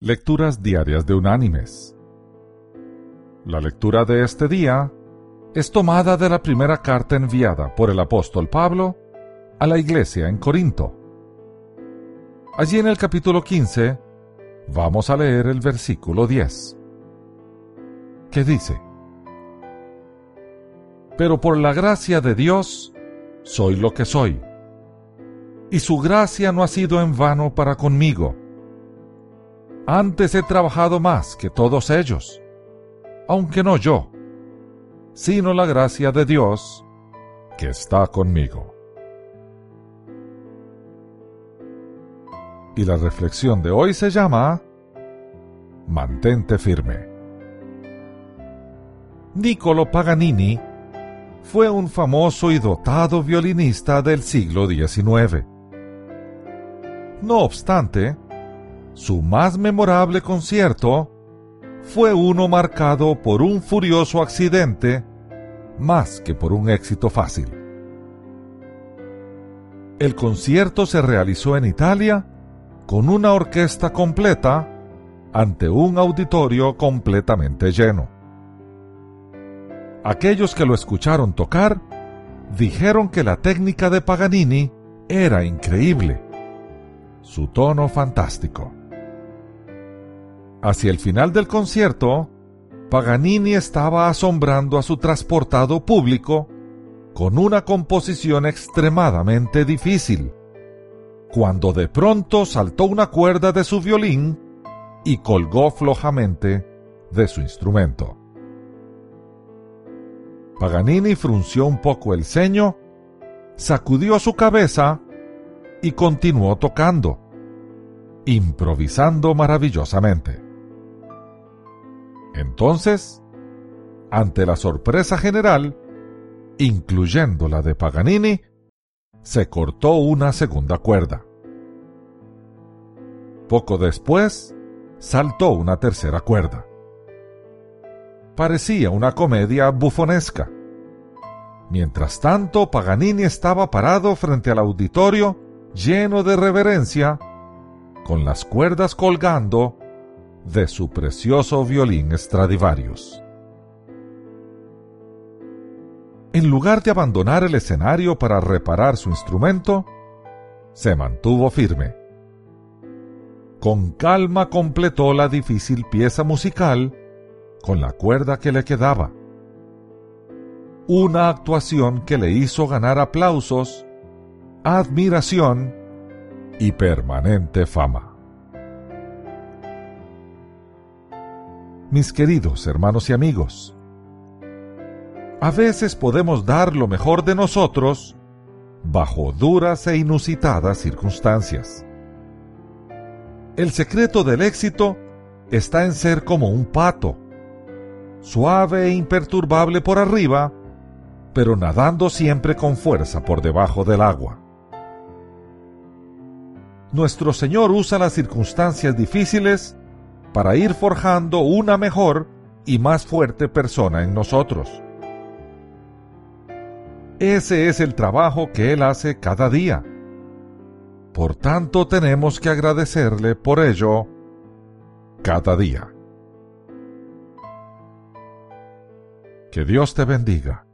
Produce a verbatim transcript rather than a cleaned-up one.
Lecturas diarias de Unánimes. La lectura de este día es tomada de la primera carta enviada por el apóstol Pablo a la iglesia en Corinto. Allí en el capítulo quince vamos a leer el versículo diez, que dice: Pero por la gracia de Dios soy lo que soy, y su gracia no ha sido en vano para conmigo. Antes he trabajado más que todos ellos, aunque no yo, sino la gracia de Dios que está conmigo. Y la reflexión de hoy se llama Mantente firme. Niccolo Paganini fue un famoso y dotado violinista del siglo diecinueve. No obstante, su más memorable concierto fue uno marcado por un furioso accidente más que por un éxito fácil. El concierto se realizó en Italia con una orquesta completa ante un auditorio completamente lleno. Aquellos que lo escucharon tocar dijeron que la técnica de Paganini era increíble, su tono fantástico. Hacia el final del concierto, Paganini estaba asombrando a su transportado público con una composición extremadamente difícil, cuando de pronto saltó una cuerda de su violín y colgó flojamente de su instrumento. Paganini frunció un poco el ceño, sacudió su cabeza y continuó tocando, improvisando maravillosamente. Entonces, ante la sorpresa general, incluyendo la de Paganini, se cortó una segunda cuerda. Poco después, saltó una tercera cuerda. Parecía una comedia bufonesca. Mientras tanto, Paganini estaba parado frente al auditorio, lleno de reverencia, con las cuerdas colgando de su precioso violín Stradivarius. En lugar de abandonar el escenario para reparar su instrumento, se mantuvo firme. Con calma completó la difícil pieza musical con la cuerda que le quedaba. Una actuación que le hizo ganar aplausos, admiración y permanente fama. Mis queridos hermanos y amigos, a veces podemos dar lo mejor de nosotros bajo duras e inusitadas circunstancias. El secreto del éxito está en ser como un pato, suave e imperturbable por arriba, pero nadando siempre con fuerza por debajo del agua. Nuestro Señor usa las circunstancias difíciles para ir forjando una mejor y más fuerte persona en nosotros. Ese es el trabajo que Él hace cada día. Por tanto, tenemos que agradecerle por ello cada día. Que Dios te bendiga.